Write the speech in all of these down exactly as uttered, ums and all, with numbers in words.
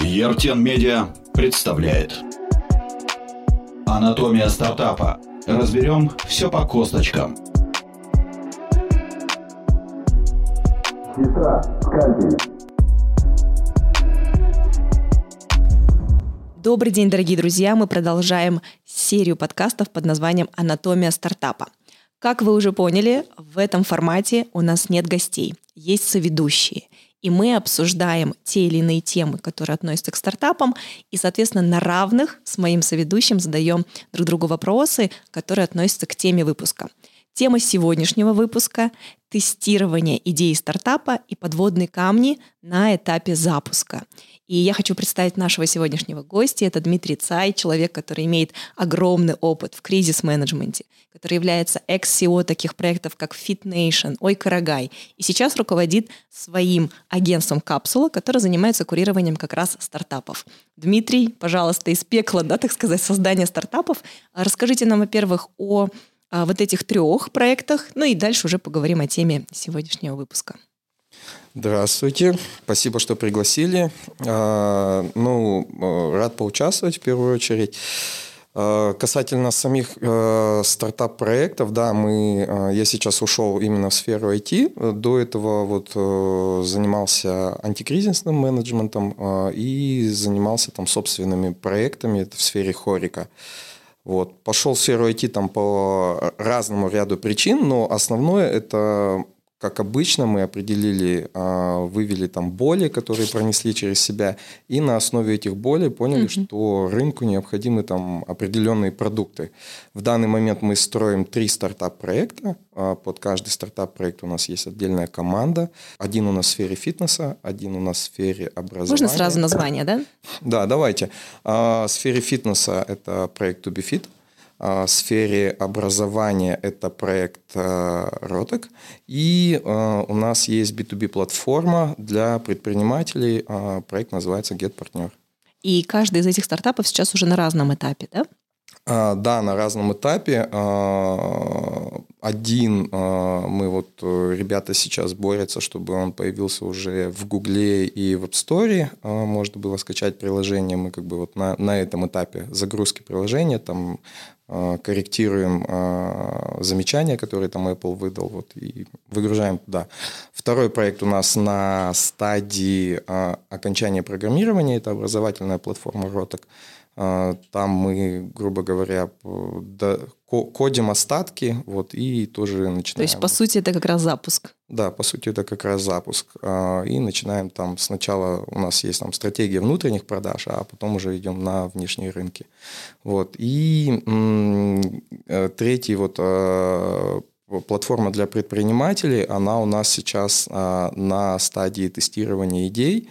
Ертен Медиа представляет «Анатомия стартапа». Разберем все по косточкам. Сестра, скальпель. Добрый день, дорогие друзья! Мы продолжаем серию подкастов под названием «Анатомия стартапа». Как вы уже поняли, в этом формате у нас нет гостей, есть соведущие. И мы обсуждаем те или иные темы, которые относятся к стартапам, и, соответственно, на равных с моим соведущим задаем друг другу вопросы, которые относятся к теме выпуска. Тема сегодняшнего выпуска – тестирование идеи стартапа и подводные камни на этапе запуска. И я хочу представить нашего сегодняшнего гостя. Это Дмитрий Цай, человек, который имеет огромный опыт в кризис-менеджменте, который является экс-си и о таких проектов, как FitNation, Ой Карагай. И сейчас руководит своим агентством «Капсула», которое занимается курированием как раз стартапов. Дмитрий, пожалуйста, из пекла, да, так сказать, создания стартапов. Расскажите нам, во-первых, о вот этих трех проектах, ну и дальше уже поговорим о теме сегодняшнего выпуска. Здравствуйте, спасибо, что пригласили. Ну, рад поучаствовать в первую очередь. Касательно самих стартап-проектов, да, мы, я сейчас ушел именно в сферу ай ти. До этого вот занимался антикризисным менеджментом и занимался там собственными проектами в сфере хорика. Вот. Пошел в сферу ай ти там по разному ряду причин, но основное это, как обычно, мы определили, вывели там боли, которые пронесли через себя, и на основе этих болей поняли, mm-hmm. что рынку необходимы там определенные продукты. В данный момент мы строим три стартап-проекта. Под каждый стартап-проект у нас есть отдельная команда. Один у нас в сфере фитнеса, один у нас в сфере образования. Можно сразу название, да? Да, давайте. В сфере фитнеса это проект To Be Fit. В сфере образования это проект Ротек. И у нас есть би ту би-платформа для предпринимателей. Проект называется GetPartner. И каждый из этих стартапов сейчас уже на разном этапе, да? Да, на разном этапе. Один, мы вот, ребята сейчас борются, чтобы он появился уже в Гугле и в App Store. Можно было скачать приложение. Мы как бы вот на, на этом этапе загрузки приложения там корректируем замечания, которые там Apple выдал, вот, и выгружаем туда. Второй проект у нас на стадии окончания программирования. Это образовательная платформа Ротек. Там мы, грубо говоря, кодим остатки, вот, и тоже начинаем. То есть, по сути, это как раз запуск. Да, по сути, это как раз запуск. И начинаем там сначала, у нас есть там стратегия внутренних продаж, а потом уже идем на внешние рынки. Вот. И м- третий вот платформа для предпринимателей, она у нас сейчас на стадии тестирования идей,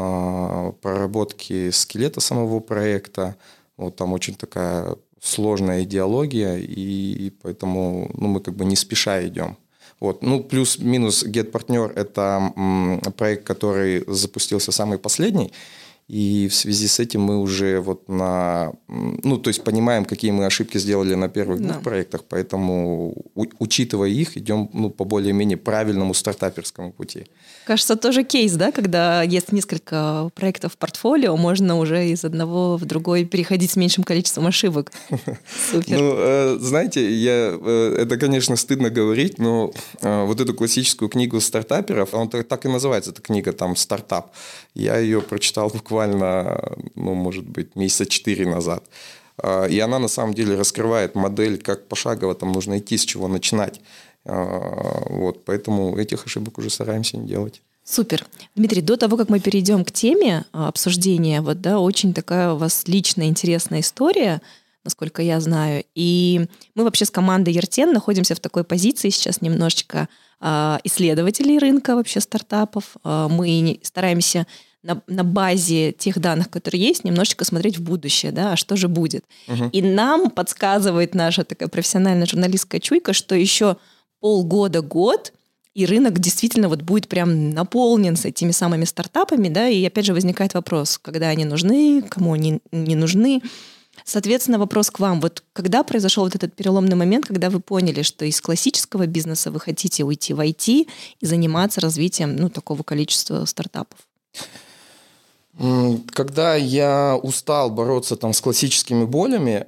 проработки скелета самого проекта. Вот там очень такая сложная идеология, и поэтому ну, мы как бы не спеша идем. Вот. Ну, плюс-минус GetPartner – это м, проект, который запустился самый последний, и в связи с этим мы уже вот на... Ну, то есть понимаем, какие мы ошибки сделали на первых двух да. проектах, поэтому, у, учитывая их, идем ну, по более-менее правильному стартаперскому пути. Кажется, тоже кейс, да, когда есть несколько проектов в портфолио, можно уже из одного в другой переходить с меньшим количеством ошибок. Супер. Ну, знаете, я, это, конечно, стыдно говорить, но вот эту классическую книгу стартаперов, она так и называется, эта книга там «Стартап». Я ее прочитал буквально, ну, может быть, месяца четыре назад. И она на самом деле раскрывает модель, как пошагово там нужно идти, с чего начинать. Вот, поэтому этих ошибок уже стараемся не делать. Супер. Дмитрий, до того, как мы перейдем к теме обсуждения, вот, да, очень такая у вас личная интересная история, насколько я знаю. И мы вообще с командой Ертен находимся в такой позиции сейчас немножечко исследователей рынка вообще стартапов. Мы стараемся на, на базе тех данных, которые есть, немножечко смотреть в будущее, да, а что же будет. Угу. И нам подсказывает наша такая профессиональная журналистская чуйка, что еще полгода-год, и рынок действительно вот будет прям наполнен с этими самыми стартапами, да, и опять же возникает вопрос, когда они нужны, кому они не нужны. Соответственно, вопрос к вам. Вот когда произошел вот этот переломный момент, когда вы поняли, что из классического бизнеса вы хотите уйти в ай ти и заниматься развитием, ну, такого количества стартапов? Когда я устал бороться там с классическими болями,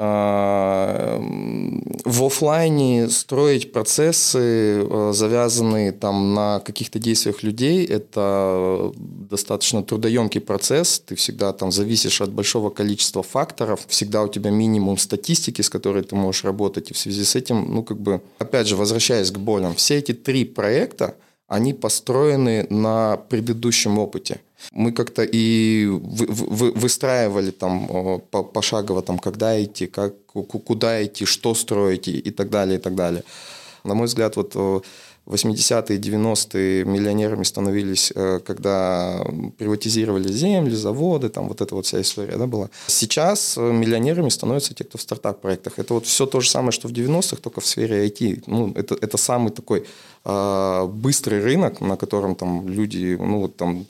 в офлайне строить процессы, завязанные там на каких-то действиях людей, это достаточно трудоемкий процесс. Ты всегда там зависишь от большого количества факторов, всегда у тебя минимум статистики, с которой ты можешь работать. И в связи с этим, ну как бы, опять же, возвращаясь к болям, все эти три проекта, они построены на предыдущем опыте. Мы как-то и вы, вы, выстраивали там пошагово, там, когда идти, как, куда идти, что строить и так далее, и так далее. На мой взгляд, вот восьмидесятые, девяностые миллионерами становились, когда приватизировали земли, заводы, там вот эта вот вся история, да, была. Сейчас миллионерами становятся те, кто в стартап-проектах. Это вот все то же самое, что в девяностых, только в сфере ай ти. Ну, это, это самый такой э, быстрый рынок, на котором там люди, ну вот там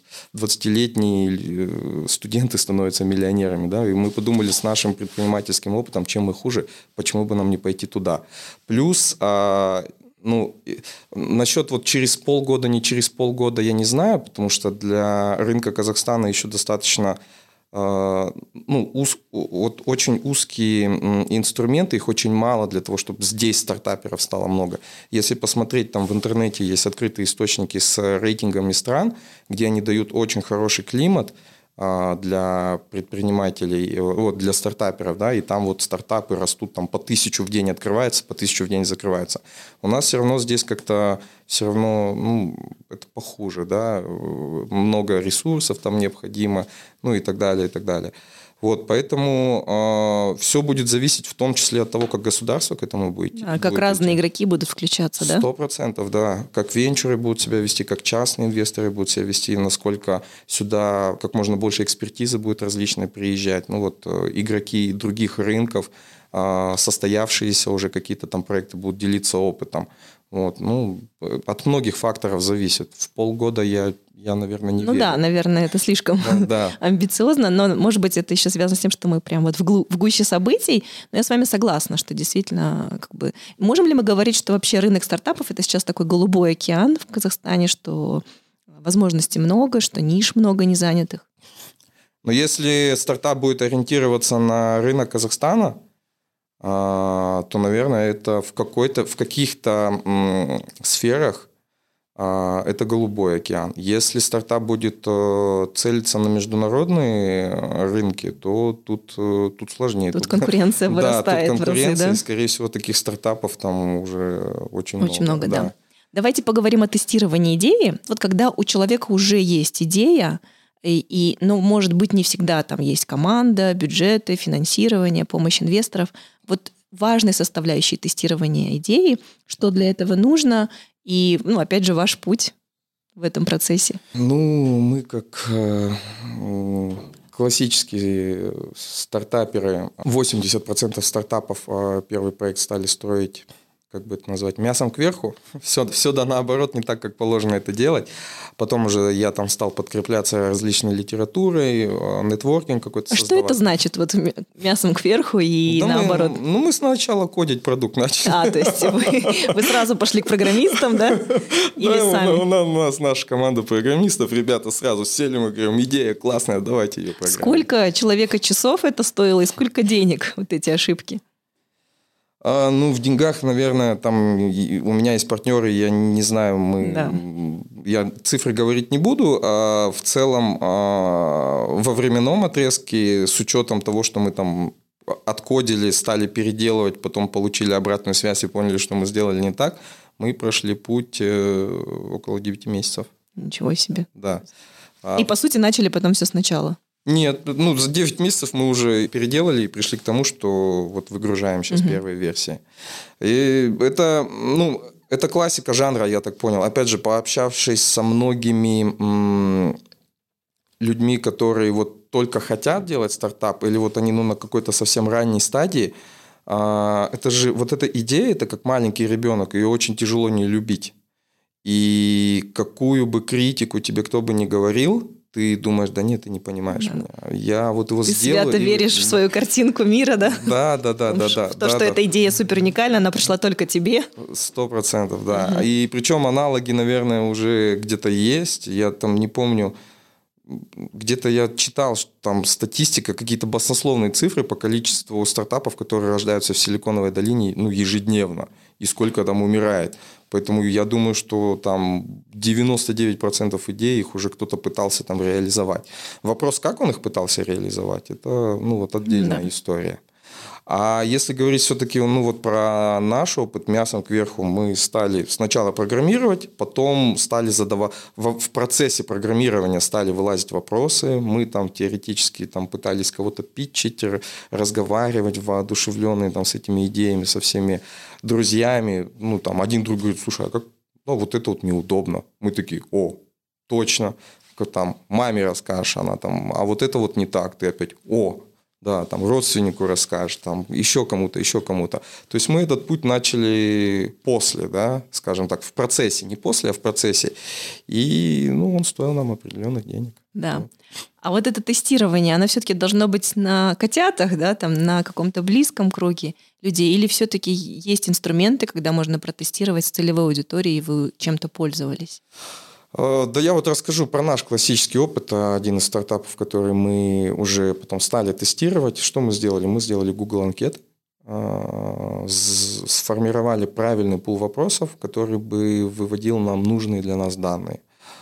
двадцатилетние студенты становятся миллионерами, да, и мы подумали с нашим предпринимательским опытом, чем мы хуже, почему бы нам не пойти туда. Плюс... Э, Ну, насчет вот через полгода, не через полгода, я не знаю, потому что для рынка Казахстана еще достаточно, э, ну, уз, вот очень узкие инструменты, их очень мало для того, чтобы здесь стартаперов стало много. Если посмотреть, там в интернете есть открытые источники с рейтингами стран, где они дают очень хороший климат для предпринимателей, вот, для стартаперов, да, и там вот стартапы растут, там по тысячу в день открывается, по тысячу в день закрывается. У нас все равно здесь как-то все равно, ну, это похуже, да, много ресурсов там необходимо, ну и так далее, и так далее. Вот, поэтому э, все будет зависеть в том числе от того, как государство к этому будет. А как будет разные идти. Игроки будут включаться, да? Сто процентов, да. Как венчуры будут себя вести, как частные инвесторы будут себя вести, насколько сюда как можно больше экспертизы будет различной приезжать. Ну вот э, игроки других рынков, э, состоявшиеся уже какие-то там проекты будут делиться опытом. Вот, ну, от многих факторов зависит. В полгода я... Я, наверное, не ну верю. да, наверное, это слишком да, да. амбициозно, но, может быть, это еще связано с тем, что мы прям вот в, глу- в гуще событий, но я с вами согласна, что действительно, как бы, можем ли мы говорить, что вообще рынок стартапов – это сейчас такой голубой океан в Казахстане, что возможностей много, что ниш много незанятых? Но если стартап будет ориентироваться на рынок Казахстана, то, наверное, это в, какой-то, в каких-то м- сферах это голубой океан. Если стартап будет целиться на международные рынки, то тут, тут сложнее. Тут, тут конкуренция вырастает. Да, тут конкуренция, в разы, да? И, скорее всего, таких стартапов там уже очень, очень много. много, да. да. Давайте поговорим о тестировании идеи. Вот когда у человека уже есть идея, и, и, ну, может быть, не всегда там есть команда, бюджеты, финансирование, помощь инвесторов. Вот важной составляющей тестирования идеи, что для этого нужно, и, ну, опять же, ваш путь в этом процессе. Ну, мы как э, классические стартаперы, восемьдесят процентов стартапов э, первый проект стали строить, как бы это назвать, мясом кверху. Все, все да наоборот, не так, как положено это делать. Потом уже я там стал подкрепляться различной литературой, нетворкинг какой-то а создавать. Что это значит, вот мясом кверху и да наоборот? Мы, ну, мы сначала кодить продукт начали. А, то есть вы, вы сразу пошли к программистам, да? Или да, сами? У нас, у нас наша команда программистов, ребята сразу сели, мы говорим, идея классная, давайте ее программируем. Сколько человека часов это стоило и сколько денег, вот эти ошибки? А, ну, в деньгах, наверное, там у меня есть партнеры, я не знаю, мы, да. я цифры говорить не буду, а в целом а, во временном отрезке, с учетом того, что мы там откодили, стали переделывать, потом получили обратную связь и поняли, что мы сделали не так, мы прошли путь около девяти месяцев. Ничего себе. Да. И, по сути, начали потом все сначала. Нет, ну за девять месяцев мы уже переделали и пришли к тому, что вот выгружаем сейчас угу. первые версии. И это, ну, это классика жанра, я так понял. Опять же, пообщавшись со многими м- людьми, которые вот только хотят делать стартап, или вот они ну, на какой-то совсем ранней стадии, а, это же вот эта идея, это как маленький ребенок, ее очень тяжело не любить. И какую бы критику тебе кто бы ни говорил, ты думаешь, да нет, ты не понимаешь да. меня. Я вот его ты сделаю. Ты свято и... веришь в свою картинку мира, да? Да, да, да, да, да. В то, да, что да. эта идея супер уникальна, она пришла только тебе. Сто процентов, да. Угу. И причем аналоги, наверное, уже где-то есть. Я там не помню. где-то я читал, что там статистика, какие-то баснословные цифры по количеству стартапов, которые рождаются в Силиконовой долине, ну, ежедневно, и сколько там умирает. Поэтому я думаю, что там девяносто девять процентов идей их уже кто-то пытался там реализовать. Вопрос, как он их пытался реализовать, это, ну, вот отдельная да. история. А если говорить все-таки ну, вот про наш опыт, мясом кверху, мы стали сначала программировать, потом стали задавать, в, в процессе программирования стали вылазить вопросы, мы там теоретически там, пытались кого-то питчить, разговаривать воодушевленные там, с этими идеями, со всеми друзьями. Ну, там, один друг говорит, слушай, а как, ну, вот это вот неудобно. Мы такие, о, точно, как там маме расскажешь, она там, а вот это вот не так, ты опять, о, да, там родственнику расскажешь, там еще кому-то, еще кому-то. То есть мы этот путь начали после, да, скажем так, в процессе, не после, а в процессе. И, ну, он стоил нам определенных денег. Да. А вот это тестирование, оно все-таки должно быть на котятах, да, там на каком-то близком круге людей, или все-таки есть инструменты, когда можно протестировать с целевой аудиторией, и вы чем-то пользовались? Да я вот расскажу про наш классический опыт, один из стартапов, который мы уже потом стали тестировать. Что мы сделали? Мы сделали Google анкет, сформировали правильный пул вопросов, который бы выводил нам нужные для нас данные.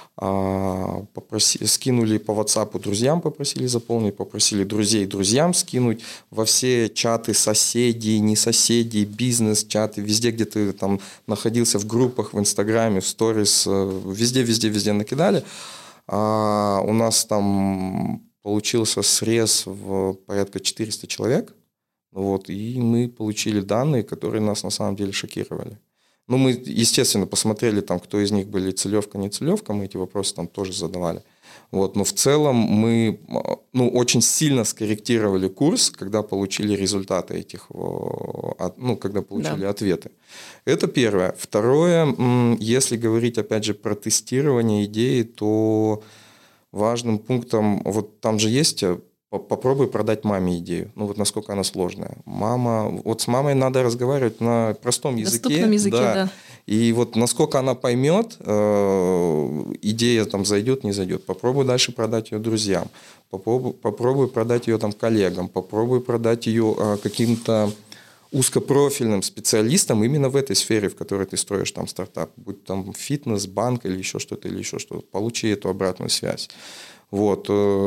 Попросили, скинули по WhatsApp друзьям, попросили заполнить, попросили друзей друзьям скинуть во все чаты соседей, не соседей, бизнес-чаты, везде, где ты там находился в группах, в Инстаграме, в сторис, везде, везде, везде накидали. А у нас там получился срез в порядка четыреста человек, вот, и мы получили данные, которые нас на самом деле шокировали. Ну, мы, естественно, посмотрели, там, кто из них были целевка, не целевка, мы эти вопросы там тоже задавали. Вот, но в целом мы ну, очень сильно скорректировали курс, когда получили результаты этих, ну, когда получили да. ответы. Это первое. Второе, если говорить, опять же, про тестирование идеи, то важным пунктом, вот там же есть... Попробуй продать маме идею. Ну, вот насколько она сложная. Мама... Вот с мамой надо разговаривать на простом языке. Доступном языке, да. да. И вот насколько она поймет, э, идея там зайдет, не зайдет. Попробуй дальше продать ее друзьям. Попробуй, попробуй продать ее там коллегам. Попробуй продать ее э, каким-то узкопрофильным специалистам именно в этой сфере, в которой ты строишь там стартап. Будь там фитнес, банк или еще что-то, или еще что-то. Получи эту обратную связь. Вот,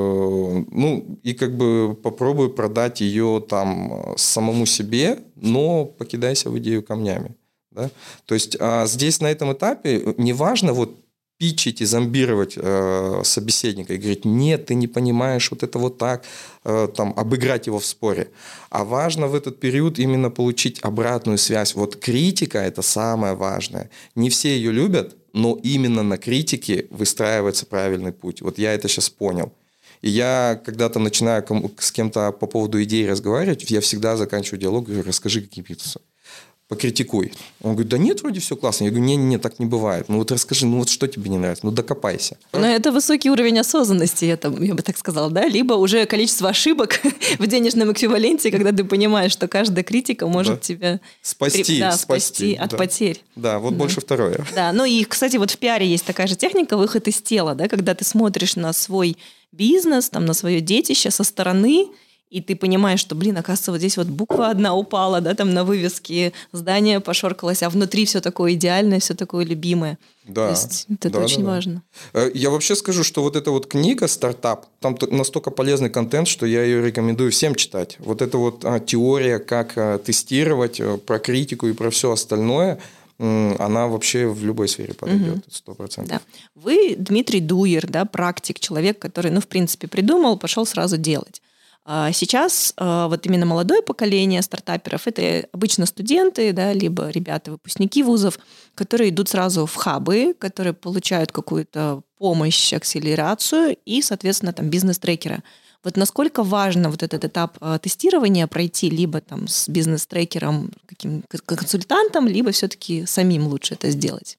ну, и как бы попробуй продать ее там самому себе, но покидайся в идею камнями, да? То есть а здесь на этом этапе не важно вот питчить и зомбировать э, собеседника и говорить, нет, ты не понимаешь, вот это вот так, э, там, обыграть его в споре. А важно в этот период именно получить обратную связь. Вот критика – это самое важное. Не все ее любят, но именно на критике выстраивается правильный путь. Вот я это сейчас понял. И я когда-то начинаю с кем-то по поводу идей разговаривать, я всегда заканчиваю диалог, говорю, расскажи, какие пиццы. Покритикуй. Он говорит, да нет, вроде все классно. Я говорю, не-не-не, так не бывает. Ну вот расскажи, ну вот что тебе не нравится? Ну докопайся. Но это высокий уровень осознанности, это, я бы так сказала, да? Либо уже количество ошибок в денежном эквиваленте, когда ты понимаешь, что каждая критика может да. тебя спасти, да, спасти, спасти от да. потерь. Да, вот да. больше второе. Да, ну и, кстати, вот в пиаре есть такая же техника, выход из тела, да, когда ты смотришь на свой бизнес, там, на свое детище со стороны, и ты понимаешь, что, блин, оказывается, вот здесь вот буква одна упала, да, там на вывеске, здание пошоркалось, а внутри все такое идеальное, все такое любимое. Да. То есть это да, очень да, важно. Да. Я вообще скажу, что вот эта вот книга «Стартап», там настолько полезный контент, что я ее рекомендую всем читать. Вот эта вот а, теория, как а, тестировать, а, про критику и про все остальное, она вообще в любой сфере подойдет, сто процентов. Да. Вы Дмитрий Дуер, да, практик, человек, который, ну, в принципе, придумал, пошел сразу делать. Сейчас вот именно молодое поколение стартаперов – это обычно студенты, да, либо ребята, выпускники вузов, которые идут сразу в хабы, которые получают какую-то помощь, акселерацию и, соответственно, там бизнес-трекера. Вот насколько важно вот этот этап тестирования пройти либо там с бизнес-трекером, каким консультантом, либо все-таки самим лучше это сделать?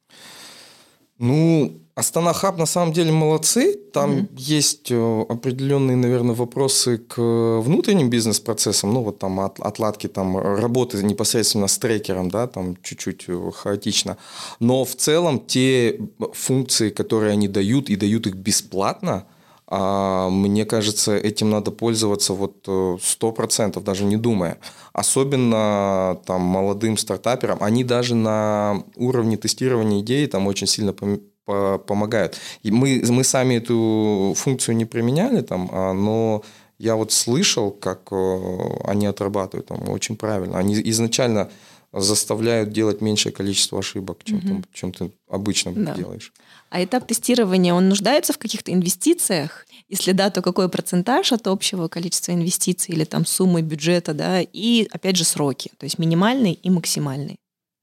Ну, Астана Хаб на самом деле молодцы. Там mm-hmm. есть определенные, наверное, вопросы к внутренним бизнес-процессам. Ну, вот там от, отладки там, работы непосредственно с трекером, да, там чуть-чуть хаотично. Но в целом те функции, которые они дают, и дают их бесплатно, А мне кажется, этим надо пользоваться вот сто процентов, даже не думая. Особенно там молодым стартаперам. Они даже на уровне тестирования идей там очень сильно помогают. И мы, мы сами эту функцию не применяли, там, но я вот слышал, как они отрабатывают там, очень правильно. Они изначально заставляют делать меньшее количество ошибок, чем, угу. ты, чем ты обычно да. делаешь. А этап тестирования, он нуждается в каких-то инвестициях? Если да, то какой процентаж от общего количества инвестиций или там суммы бюджета, да, и опять же сроки, то есть минимальный и максимальный?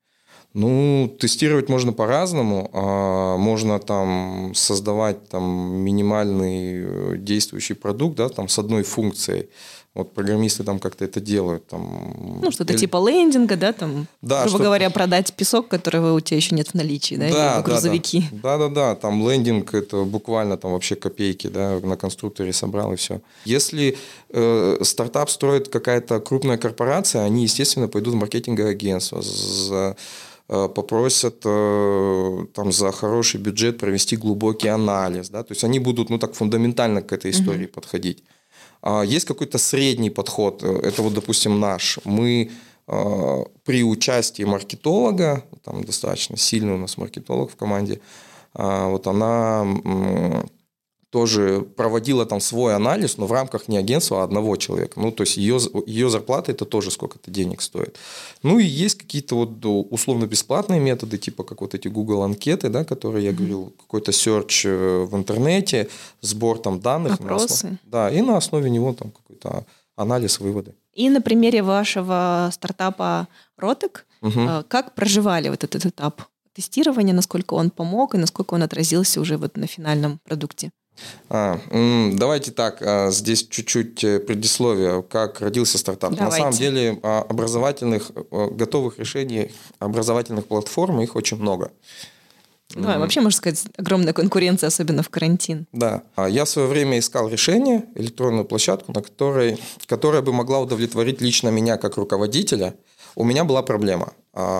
Ну, тестировать можно по-разному. Можно там создавать там минимальный действующий продукт, да, там с одной функцией. Вот программисты там как-то это делают. Там... Ну, что-то Или... типа лендинга, да, там, да, грубо что-то... говоря, продать песок, которого у тебя еще нет в наличии, да, да или грузовики. Да-да-да, там лендинг, это буквально там вообще копейки, да, на конструкторе собрал и все. Если э, стартап строит какая-то крупная корпорация, они, естественно, пойдут в маркетинговое агентство, за, э, попросят э, там за хороший бюджет провести глубокий анализ, да, то есть они будут, ну, так фундаментально к этой истории угу. подходить. Есть какой-то средний подход, это вот, допустим, наш. Мы э, при участии маркетолога, там достаточно сильный у нас маркетолог в команде, э, вот она э, тоже проводила там свой анализ, но в рамках не агентства, а одного человека. Ну, то есть ее, ее зарплата это тоже сколько-то денег стоит. Ну, и есть какие-то вот условно-бесплатные методы, типа как вот эти Google анкеты, да, которые я говорил, какой-то search в интернете, сбор там данных. Опросы. На основ... Да, и на основе него там какой-то анализ, выводы. И на примере вашего стартапа Rotec, угу. как проживали вот этот этап тестирования, насколько он помог и насколько он отразился уже вот на финальном продукте? А, давайте так, здесь чуть-чуть предисловие, как родился стартап. Давайте. На самом деле образовательных, готовых решений, образовательных платформ, их очень много. Ну, mm-hmm. вообще, можно сказать, огромная конкуренция, особенно в карантин. Да. Я в свое время искал решение, электронную площадку, на которой, которая бы могла удовлетворить лично меня как руководителя. У меня была проблема.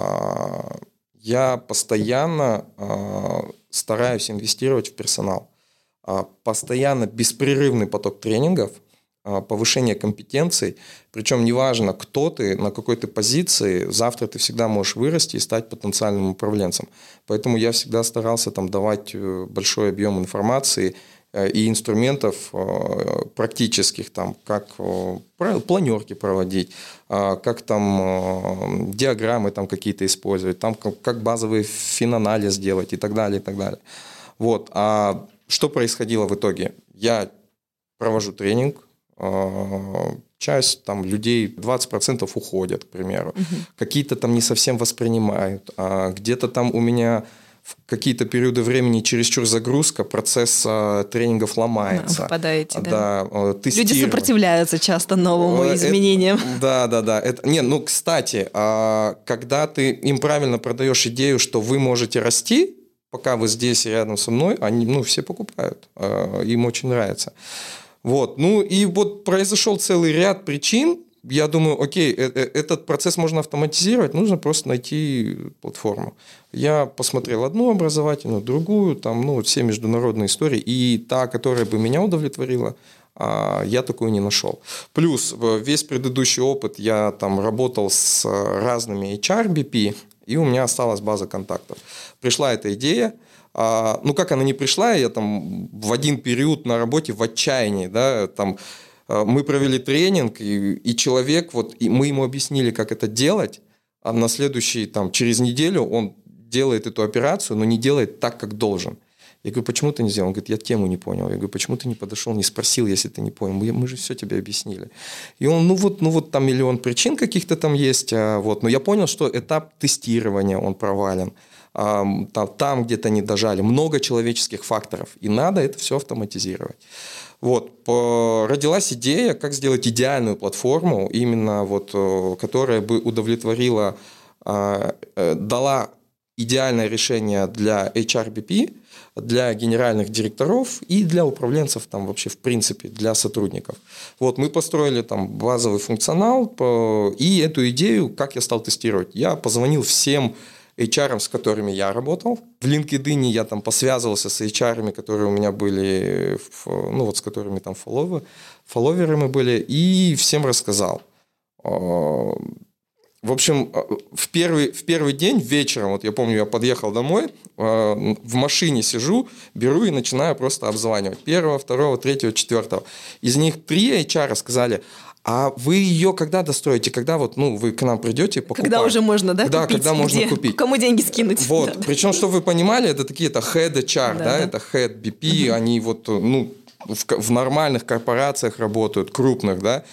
Я постоянно стараюсь инвестировать в персонал. Постоянно беспрерывный поток тренингов, повышение компетенций, причем неважно, кто ты, на какой ты позиции, завтра ты всегда можешь вырасти и стать потенциальным управленцем. Поэтому я всегда старался там давать большой объем информации и инструментов практических, там, как планерки проводить, как там диаграммы там какие-то использовать, там, как базовый финанализ делать и так далее, и так далее. Вот. А что происходило в итоге? Я провожу тренинг, часть там, людей, двадцать процентов уходят, к примеру. Угу. Какие-то там не совсем воспринимают. А где-то там у меня в какие-то периоды времени чересчур загрузка, процесс тренингов ломается. Вы попадаете, да? Да, люди сопротивляются часто новым изменениям. Это, да, да, да. Это, не, ну, кстати, когда ты им правильно продаешь идею, что вы можете расти, пока вы здесь рядом со мной, они, ну, все покупают. Им очень нравится. Вот. Ну, и вот произошел целый ряд причин. Я думаю, окей, этот процесс можно автоматизировать, нужно просто найти платформу. Я посмотрел одну образовательную, другую, там, ну, все международные истории, и та, которая бы меня удовлетворила, я такую не нашел. Плюс весь предыдущий опыт я там работал с разными эйч ар, би пи, и у меня осталась база контактов. Пришла эта идея. А, ну, как она не пришла, я там в один период на работе в отчаянии, да, там мы провели тренинг, и, и человек, вот, и мы ему объяснили, как это делать, а на следующий, там, через неделю он делает эту операцию, но не делает так, как должен. Я говорю, почему ты не сделал? Он говорит, я тему не понял. Я говорю, почему ты не подошел, не спросил, если ты не понял? Мы, мы же все тебе объяснили. И он, ну вот, ну вот там миллион причин каких-то там есть, а, вот, но я понял, что этап тестирования, он провален. Там, там где-то не дожали, много человеческих факторов, и надо это все автоматизировать. Вот. Родилась идея, как сделать идеальную платформу, именно вот, которая бы удовлетворила, дала идеальное решение для эйч ар би пи, для генеральных директоров и для управленцев, там, вообще, в принципе, для сотрудников. Вот, мы построили там базовый функционал, и эту идею, как я стал тестировать, я позвонил всем эйч ар, с которыми я работал. В LinkedIn я там посвязывался с эйч ар, которые у меня были, ну вот с которыми там фолловы, фолловеры мы были, и всем рассказал. В общем, в первый, в первый день вечером, вот я помню, я подъехал домой, в машине сижу, беру и начинаю просто обзванивать. Первого, второго, третьего, четвертого. Из них три эйч ар сказали: а вы ее когда достроите? Когда вот, ну, вы к нам придете покупать? Когда уже можно, да, да, купить? Когда можно Где? купить. Кому деньги скинуть? Вот. Да, Причем, да. чтобы вы понимали, это такие, это head эйч ар, да, да, да. это head би пи, угу. Они вот, ну, в, в нормальных корпорациях работают, крупных, да,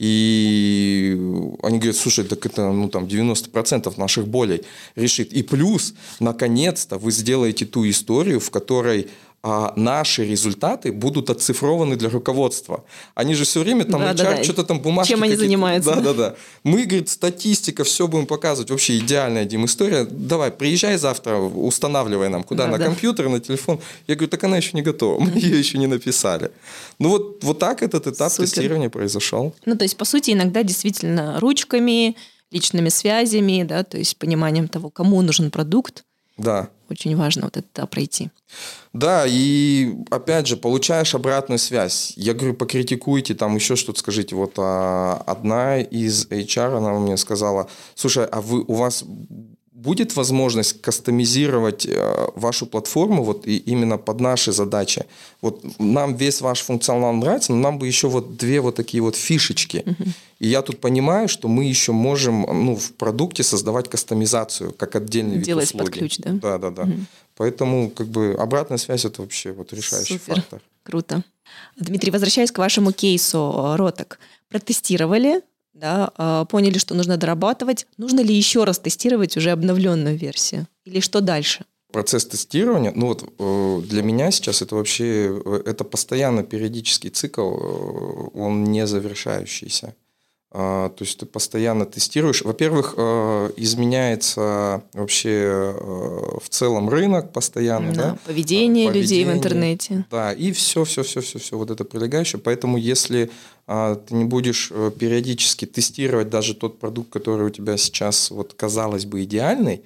и они говорят: слушай, так это, ну, там, девяносто процентов наших болей решит. И плюс, наконец-то, вы сделаете ту историю, в которой а наши результаты будут оцифрованы для руководства. Они же все время там да, эйч ар, да, да. что-то там бумажки. Чем они занимаются? Да, да, да. Мы, говорит, статистика, все будем показывать. Вообще идеальная, Дим, история. Давай, приезжай завтра, устанавливай нам. Куда? Да, на да. компьютер, на телефон. Я говорю: так она еще не готова. Мы ее еще не написали. Ну вот, вот так этот этап Супер. Тестирования произошел. Ну, то есть, по сути, иногда действительно ручками, личными связями, да, то есть пониманием того, кому нужен продукт. Да. Очень важно вот это пройти. Да, и опять же, получаешь обратную связь. Я говорю: покритикуйте, там еще что-то скажите. Вот а, одна из эйч ар, она мне сказала: слушай, а вы, у вас будет возможность кастомизировать э, вашу платформу вот и именно под наши задачи? Вот нам весь ваш функционал нравится, но нам бы еще вот две вот такие вот фишечки. Uh-huh. И я тут понимаю, что мы еще можем, ну, в продукте создавать кастомизацию как отдельный вид Делать услуги. Под ключ, да? Да, да, да. Uh-huh. Поэтому как бы обратная связь – это вообще вот решающий Супер. фактор. Круто. Дмитрий, возвращаясь к вашему кейсу Ротек, протестировали, да, поняли, что нужно дорабатывать. Нужно ли еще раз тестировать уже обновленную версию? Или что дальше? Процесс тестирования, ну вот для меня сейчас это вообще, это постоянно периодический цикл, он не завершающийся. То есть ты постоянно тестируешь. Во-первых, изменяется вообще в целом рынок постоянно. Да, да? Поведение, Поведение людей в интернете. Да, и все, все, все, все, все вот это прилегающее. Поэтому если ты не будешь периодически тестировать даже тот продукт, который у тебя сейчас, вот, казалось бы, идеальный,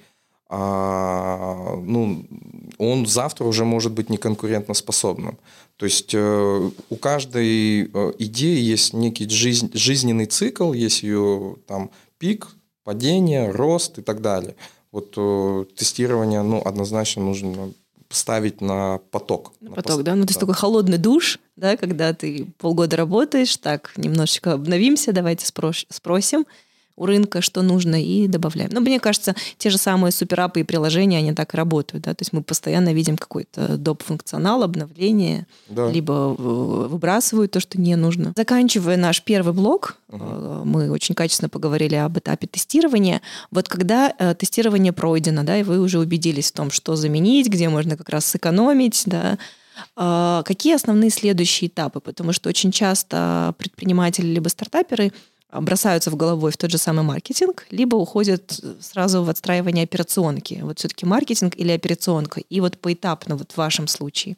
а, ну, он завтра уже может быть неконкурентоспособным. То есть э, у каждой э, идеи есть некий жизнь, жизненный цикл, есть ее там пик, падение, рост и так далее. Вот э, тестирование, ну, однозначно нужно ставить на поток. На на поток, пост... да? Ну, то есть да. такой холодный душ, да, когда ты полгода работаешь, так, немножечко обновимся, давайте спрос- спросим у рынка, что нужно, и добавляем. Но мне кажется, те же самые суперапы и приложения, они так и работают. Да? То есть мы постоянно видим какой-то доп. Функционал, обновление, да. Либо выбрасывают то, что не нужно. Заканчивая наш первый блок, угу. мы очень качественно поговорили об этапе тестирования. Вот когда тестирование пройдено, да, и вы уже убедились в том, что заменить, где можно как раз сэкономить, да, какие основные следующие этапы? Потому что очень часто предприниматели либо стартаперы бросаются в головой в тот же самый маркетинг, либо уходят сразу в отстраивание операционки. Вот все-таки маркетинг или операционка? И вот поэтапно, вот в вашем случае.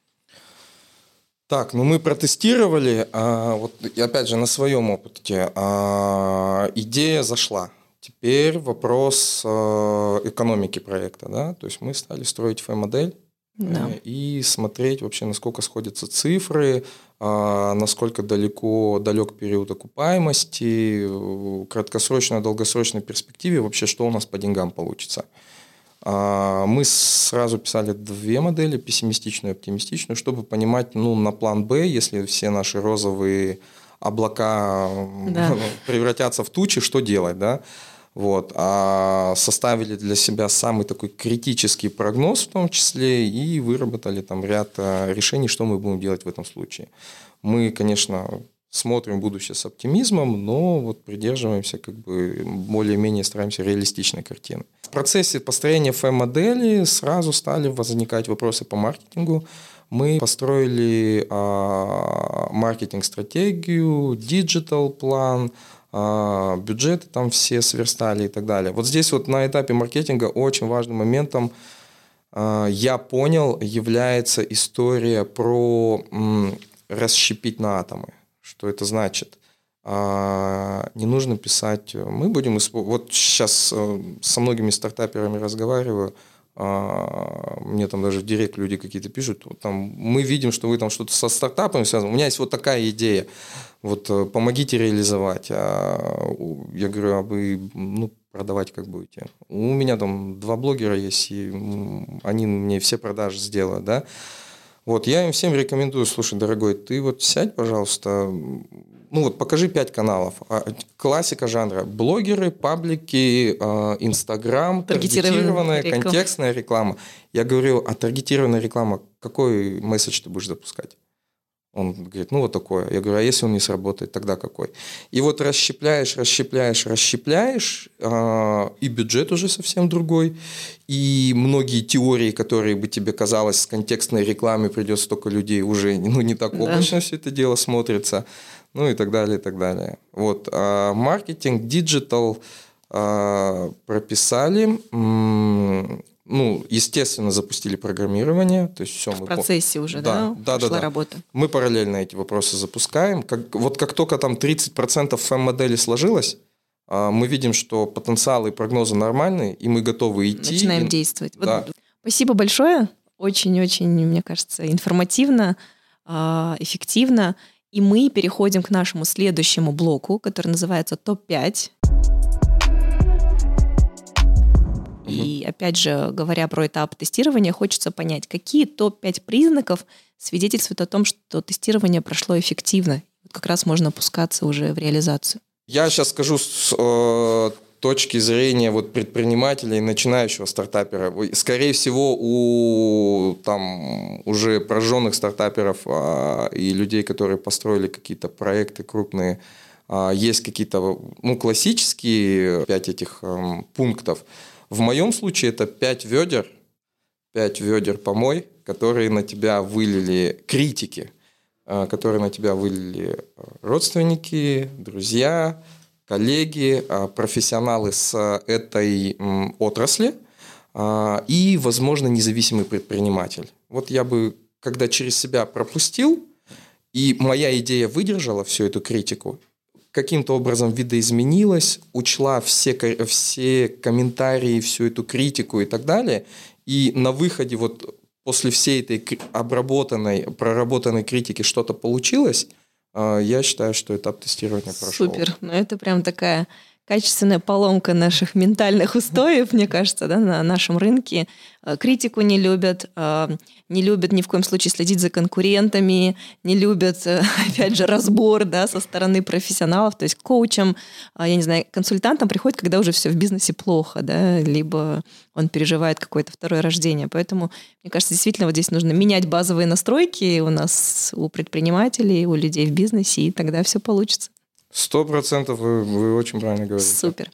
Так, ну мы протестировали, а, вот опять же на своем опыте, а, идея зашла. Теперь вопрос а, экономики проекта, да, то есть мы стали строить эф эм-модель. Да. И смотреть вообще, насколько сходятся цифры, насколько далеко далек период окупаемости, краткосрочной, долгосрочной перспективе, вообще, что у нас по деньгам получится. Мы сразу писали две модели, пессимистичную и оптимистичную, чтобы понимать, ну, на план Б, если все наши розовые облака да. превратятся в тучи, что делать, да? Вот, а составили для себя самый такой критический прогноз в том числе и выработали там ряд решений, что мы будем делать в этом случае. Мы, конечно, смотрим будущее с оптимизмом, но вот придерживаемся, как бы более-менее стараемся реалистичной картины. В процессе построения эф эм-модели сразу стали возникать вопросы по маркетингу. Мы построили а, маркетинг-стратегию, диджитал-план, бюджеты там все сверстали и так далее. Вот здесь вот на этапе маркетинга очень важным моментом, я понял, является история про расщепить на атомы. Что это значит? Не нужно писать. Мы будем использовать. Вот сейчас со многими стартаперами разговариваю. Мне там даже в директ люди какие-то пишут. Там, мы видим, что вы там что-то со стартапами связаны. У меня есть вот такая идея. Вот помогите реализовать. Я говорю, а вы ну, продавать как будете? У меня там два блогера есть, и они мне все продажи сделают, да. Вот, я им всем рекомендую, слушай, дорогой, ты вот сядь, пожалуйста, ну вот покажи пять каналов. Классика жанра. Блогеры, паблики, Инстаграм, таргетированная, реклама. Контекстная реклама. Я говорю, а таргетированная реклама, какой месседж ты будешь запускать? Он говорит, ну вот такое. Я говорю, а если он не сработает, тогда какой? И вот расщепляешь, расщепляешь, расщепляешь, э, и бюджет уже совсем другой, и многие теории, которые бы тебе казалось с контекстной рекламы придет столько людей, уже ну, не так облачно да. все это дело смотрится, ну и так далее, и так далее. Вот. А маркетинг, диджитал э, прописали, м- Ну, естественно, запустили программирование. То есть все в мы процессе по... уже, да? Да, да, пошла да, да. работа. Мы параллельно эти вопросы запускаем. Как, вот как только там тридцать процентов эф эм-модели сложилось, мы видим, что потенциалы и прогнозы нормальные, и мы готовы идти. Начинаем и... действовать. Да. Вот, спасибо большое. Очень-очень, мне кажется, информативно, эффективно. И мы переходим к нашему следующему блоку, который называется топ пять. И опять же, говоря про этап тестирования, хочется понять, какие топ пять признаков свидетельствуют о том, что тестирование прошло эффективно. Как раз можно опускаться уже в реализацию. Я сейчас скажу с э, точки зрения вот, предпринимателя и начинающего стартапера. Скорее всего, у там, уже прожженных стартаперов э, и людей, которые построили какие-то проекты крупные, э, есть какие-то ну, классические пять этих э, пунктов. В моем случае это пять ведер, пять ведер помой, которые на тебя вылили критики, которые на тебя вылили родственники, друзья, коллеги, профессионалы с этой отрасли и, возможно, независимый предприниматель. Вот я бы, когда через себя пропустил, и моя идея выдержала всю эту критику, каким-то образом видоизменилась, учла все, все комментарии, всю эту критику и так далее. И на выходе вот после всей этой обработанной, проработанной критики что-то получилось, я считаю, что этап тестирования прошел. Супер. Ну, это прям такая качественная поломка наших ментальных устоев, мне кажется, да, на нашем рынке. Критику не любят, не любят ни в коем случае следить за конкурентами, не любят, опять же, разбор, да, со стороны профессионалов, то есть коучам, я не знаю, консультантам приходит, когда уже все в бизнесе плохо, да, либо он переживает какое-то второе рождение. Поэтому, мне кажется, действительно вот здесь нужно менять базовые настройки у нас, у предпринимателей, у людей в бизнесе, и тогда все получится. Сто процентов вы, вы очень правильно говорите. Супер.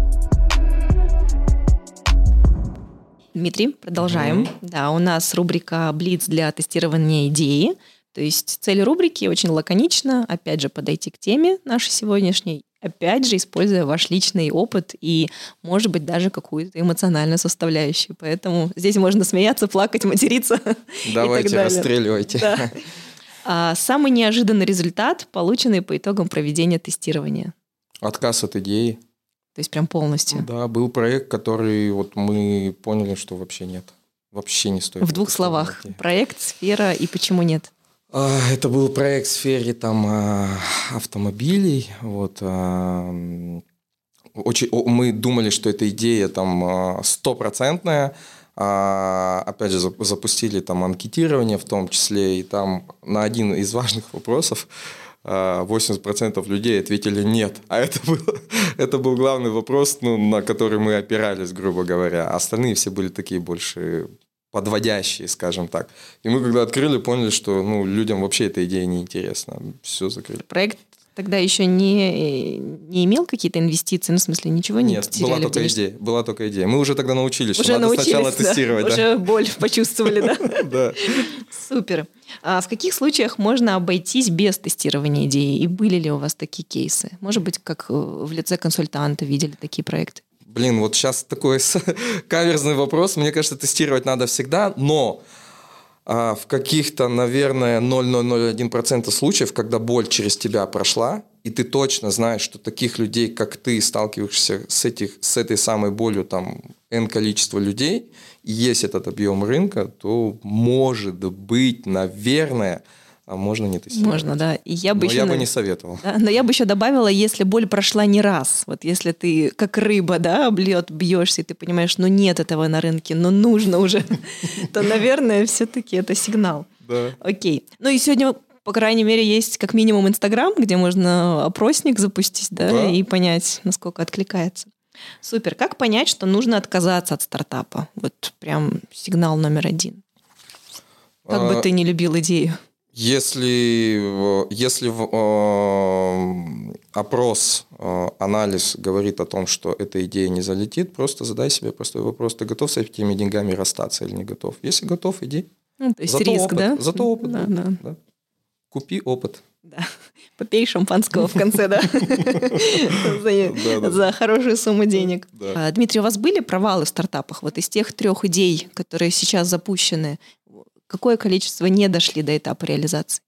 Дмитрий, продолжаем. Mm-hmm. Да, у нас рубрика «Блиц» для тестирования идеи. То есть цель рубрики очень лаконично, опять же, подойти к теме нашей сегодняшней, опять же, используя ваш личный опыт и, может быть, даже какую-то эмоциональную составляющую. Поэтому здесь можно смеяться, плакать, материться. Давайте, расстреливайте. Да. А самый неожиданный результат, полученный по итогам проведения тестирования? Отказ от идеи. То есть прям полностью? Да, был проект, который вот мы поняли, что вообще нет. Вообще не стоит. В двух словах. Идеи. Проект, сфера и почему нет? Это был проект в сфере там, автомобилей. Вот. Очень, мы думали, что эта идея там стопроцентная. А, опять же, запустили там анкетирование в том числе, и там на один из важных вопросов восемьдесят процентов людей ответили «нет». А это был, это был главный вопрос, ну, на который мы опирались, грубо говоря. А остальные все были такие больше подводящие, скажем так. И мы когда открыли, поняли, что ну, людям вообще эта идея не интересна. Все закрыли. Проект тогда еще не, не имел какие-то инвестиции, ну, в смысле, ничего не Нет, была только денежные... идея, была только идея. Мы уже тогда научились, уже что надо научились, сначала да, тестировать. Да. Уже боль почувствовали, да? Да. Супер. А в каких случаях можно обойтись без тестирования идеи? И были ли у вас такие кейсы? Может быть, как в лице консультанта видели такие проекты? Блин, вот сейчас такой каверзный вопрос. Мне кажется, тестировать надо всегда, но а, в каких-то, наверное, ноль целых ноль ноль один процента случаев, когда боль через тебя прошла, и ты точно знаешь, что таких людей, как ты, сталкиваешься с, этих, с этой самой болью, там, N количество людей, и есть этот объем рынка, то может быть, наверное, а можно не тестировать. Можно, да. И я бы но еще, я бы не советовал. Да, но я бы еще добавила, если боль прошла не раз. Вот если ты как рыба, да, об лед бьешься, и ты понимаешь, ну нет этого на рынке, но нужно уже, то, наверное, все-таки это сигнал. Да. Окей. Ну и сегодня, по крайней мере, есть как минимум Инстаграм, где можно опросник запустить, да, Да. и понять, насколько откликается. Супер. Как понять, что нужно отказаться от стартапа? Вот прям сигнал номер один. Как бы А, ты ни любил идею. Если, если э, опрос, э, анализ говорит о том, что эта идея не залетит, просто задай себе простой вопрос: ты готов с этими деньгами расстаться или не готов? Если готов, иди. Ну, то есть Зато риск, опыт, да? Зато опыт. Да, да, да. да. Купи опыт. Да. Попей шампанского в конце, да? За хорошую сумму денег. Дмитрий, у вас были провалы в стартапах? Вот из тех трех идей, которые сейчас запущены, какое количество не дошли до этапа реализации?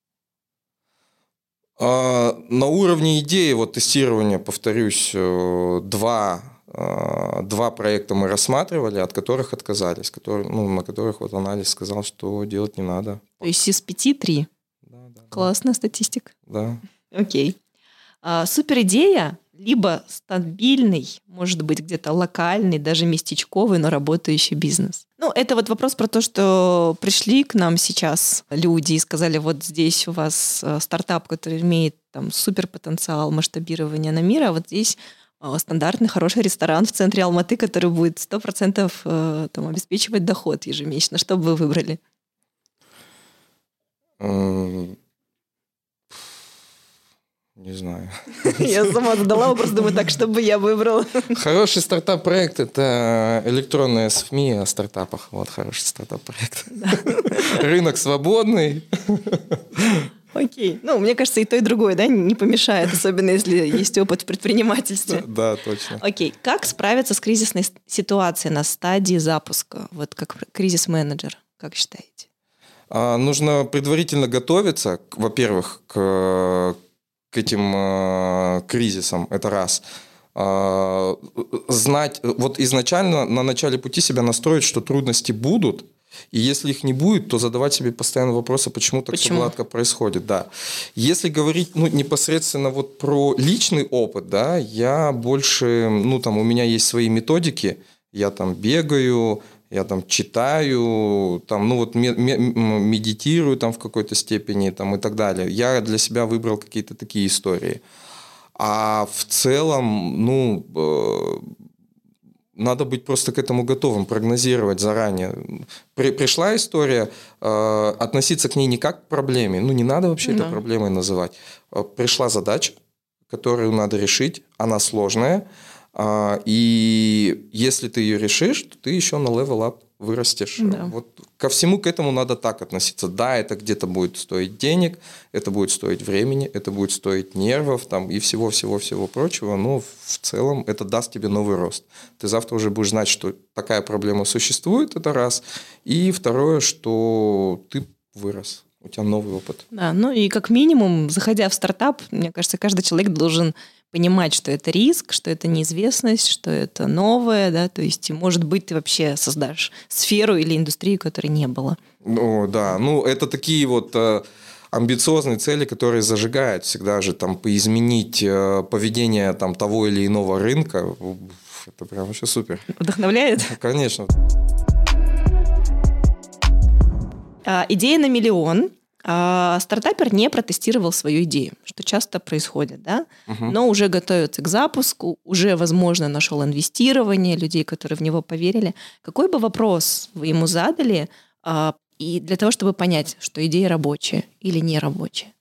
А, на уровне идеи, вот тестирования, повторюсь, два, два проекта мы рассматривали, от которых отказались, которые, ну, на которых вот анализ сказал, что делать не надо. То есть из пяти три? Да, да, Классная статистика. Да. Окей. А, супер идея, либо стабильный, может быть, где-то локальный, даже местечковый, но работающий бизнес. Ну, это вот вопрос про то, что пришли к нам сейчас люди и сказали, вот здесь у вас стартап, который имеет там супер потенциал масштабирования на мир, а вот здесь стандартный хороший ресторан в центре Алматы, который будет сто процентов там, обеспечивать доход ежемесячно. Что бы вы выбрали? Не знаю. Я сама задала вопрос, думаю, так, что бы я выбрала. Хороший стартап-проект – это электронные СМИ о стартапах. Вот хороший стартап-проект. Да. Рынок свободный. Окей. Ну, мне кажется, и то, и другое, да, не помешает, особенно если есть опыт в предпринимательстве. Да, точно. Окей. Как справиться с кризисной ситуацией на стадии запуска? Вот как кризис-менеджер, как считаете? А, нужно предварительно готовиться, во-первых, к к этим э, кризисам, это раз. Э, знать, вот изначально на начале пути себя настроить, что трудности будут, и если их не будет, то задавать себе постоянно вопросы, почему так все гладко происходит. Да. Если говорить ну, непосредственно вот про личный опыт, да, я больше, ну там у меня есть свои методики, я там бегаю, я там читаю, там, ну вот медитирую там в какой-то степени там, и так далее. Я для себя выбрал какие-то такие истории. А в целом, ну, э, надо быть просто к этому готовым, прогнозировать заранее. При, пришла история, э, относиться к ней не как к проблеме, ну не надо вообще да. это проблемой называть. Пришла задача, которую надо решить, она сложная. И если ты ее решишь, то ты еще на level up вырастешь. Да. Вот ко всему к этому надо так относиться. Да, это где-то будет стоить денег, это будет стоить времени, это будет стоить нервов там, и всего-всего-всего прочего, но в целом это даст тебе новый рост. Ты завтра уже будешь знать, что такая проблема существует, это раз. И второе, что ты вырос. У тебя новый опыт. Да, ну и как минимум, заходя в стартап, мне кажется, каждый человек должен понимать, что это риск, что это неизвестность, что это новое, да, то есть, может быть, ты вообще создашь сферу или индустрию, которой не было. Ну, да, ну, это такие вот э, амбициозные цели, которые зажигают всегда же, там, поизменить э, поведение там, того или иного рынка, это прям вообще супер. Вдохновляет? Конечно. А, идея на миллион. А, стартапер не протестировал свою идею, что часто происходит, да? Угу. Но уже готовится к запуску, уже, возможно, нашел инвестирование, людей, которые в него поверили. Какой бы вопрос вы ему задали, а, и для того, чтобы понять, что идея рабочая или не рабочая?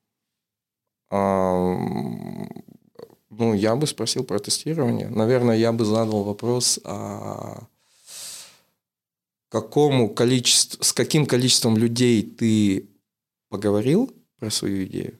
А, ну, я бы спросил про тестирование. Наверное, я бы задал вопрос, а какому количеству, с каким количеством людей ты поговорил про свою идею,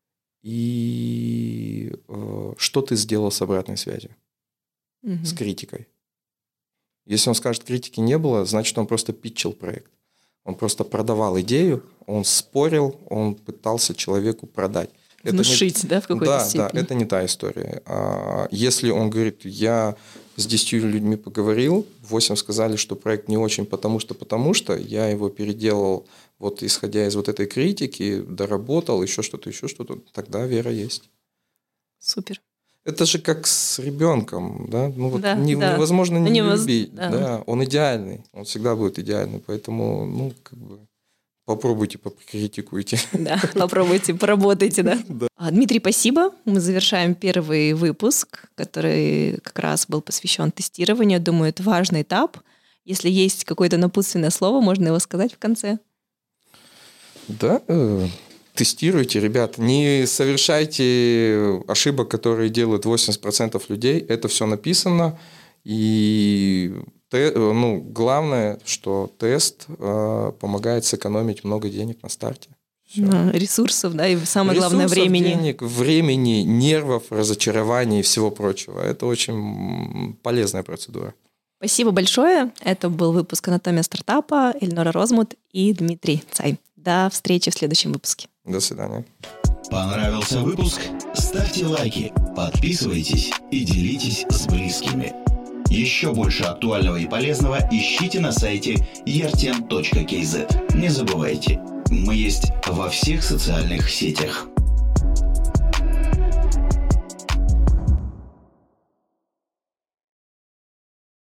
и э, что ты сделал с обратной связью, угу. с критикой. Если он скажет, критики не было, значит, он просто питчил проект. Он просто продавал идею, он спорил, он пытался человеку продать. внушить, не... да, в какой-то да, степени. Да, это не та история. Если он говорит, я с десятью людьми поговорил, восемь сказали, что проект не очень, потому что, потому что, я его переделал, вот исходя из вот этой критики, доработал, еще что-то, еще что-то, тогда вера есть. Супер. Это же как с ребенком, да? Ну, вот да, не, да. невозможно не Невоз... любить. Да. Да, он идеальный, он всегда будет идеальный, поэтому, ну, как бы, попробуйте, покритикуйте. Да, попробуйте, поработайте, да? Да. Дмитрий, спасибо. Мы завершаем первый выпуск, который как раз был посвящен тестированию. Думаю, это важный этап. Если есть какое-то напутственное слово, можно его сказать в конце. Да, э, тестируйте, ребят. Не совершайте ошибок, которые делают восемьдесят процентов людей. Это все написано. И те, ну, главное, что тест э, помогает сэкономить много денег на старте. Да, ресурсов, да, и самое Ресурсов, главное времени. денег, времени, нервов, разочарований и всего прочего. Это очень полезная процедура. Спасибо большое. Это был выпуск «Анатомия стартапа». Эльнора Розмут и Дмитрий Цай. До встречи в следующем выпуске. До свидания. Понравился выпуск? Ставьте лайки, подписывайтесь и делитесь с близкими. Еще больше актуального и полезного ищите на сайте яртен точка кей зет. Не забывайте, мы есть во всех социальных сетях.